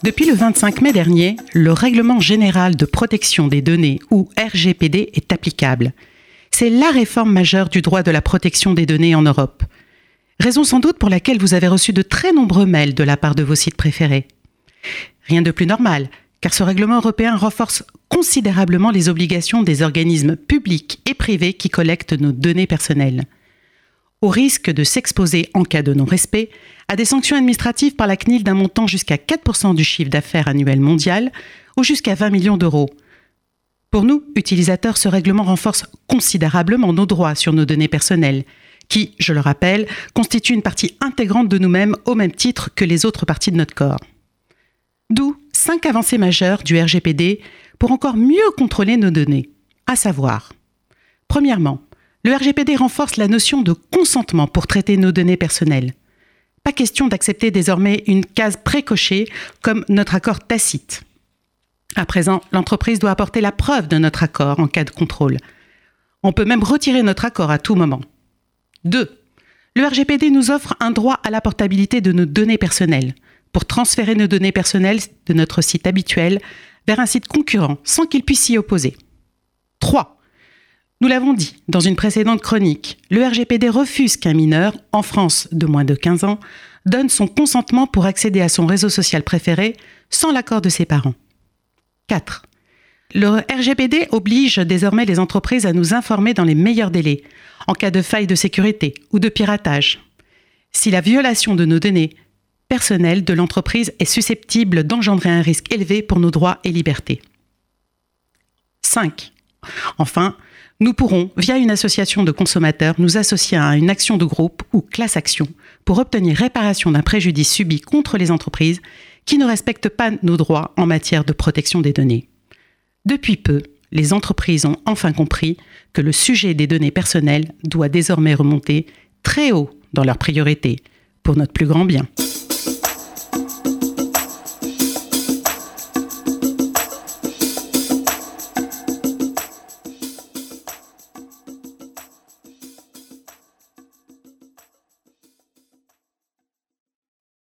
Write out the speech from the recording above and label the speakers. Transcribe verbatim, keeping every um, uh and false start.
Speaker 1: Depuis le vingt-cinq mai dernier, le Règlement général de protection des données, ou R G P D, est applicable. C'est la réforme majeure du droit de la protection des données en Europe. Raison sans doute pour laquelle vous avez reçu de très nombreux mails de la part de vos sites préférés. Rien de plus normal, car ce règlement européen renforce considérablement les obligations des organismes publics et privés qui collectent nos données personnelles. Au risque de s'exposer, en cas de non-respect, à des sanctions administratives par la C N I L d'un montant jusqu'à quatre pour cent du chiffre d'affaires annuel mondial ou jusqu'à vingt millions d'euros. Pour nous, utilisateurs, ce règlement renforce considérablement nos droits sur nos données personnelles, qui, je le rappelle, constituent une partie intégrante de nous-mêmes au même titre que les autres parties de notre corps. D'où cinq avancées majeures du R G P D pour encore mieux contrôler nos données, à savoir, premièrement, le R G P D renforce la notion de consentement pour traiter nos données personnelles. Pas question d'accepter désormais une case précochée comme notre accord tacite. À présent, l'entreprise doit apporter la preuve de notre accord en cas de contrôle. On peut même retirer notre accord à tout moment. deux. Le R G P D nous offre un droit à la portabilité de nos données personnelles pour transférer nos données personnelles de notre site habituel vers un site concurrent sans qu'il puisse s'y opposer. trois. Nous l'avons dit dans une précédente chronique, le R G P D refuse qu'un mineur, en France de moins de quinze ans, donne son consentement pour accéder à son réseau social préféré sans l'accord de ses parents. quatre. Le R G P D oblige désormais les entreprises à nous informer dans les meilleurs délais, en cas de faille de sécurité ou de piratage. Si la violation de nos données personnelles de l'entreprise est susceptible d'engendrer un risque élevé pour nos droits et libertés. cinq. Enfin, nous pourrons, via une association de consommateurs, nous associer à une action de groupe ou class action pour obtenir réparation d'un préjudice subi contre les entreprises qui ne respectent pas nos droits en matière de protection des données. Depuis peu, les entreprises ont enfin compris que le sujet des données personnelles doit désormais remonter très haut dans leurs priorités pour notre plus grand bien.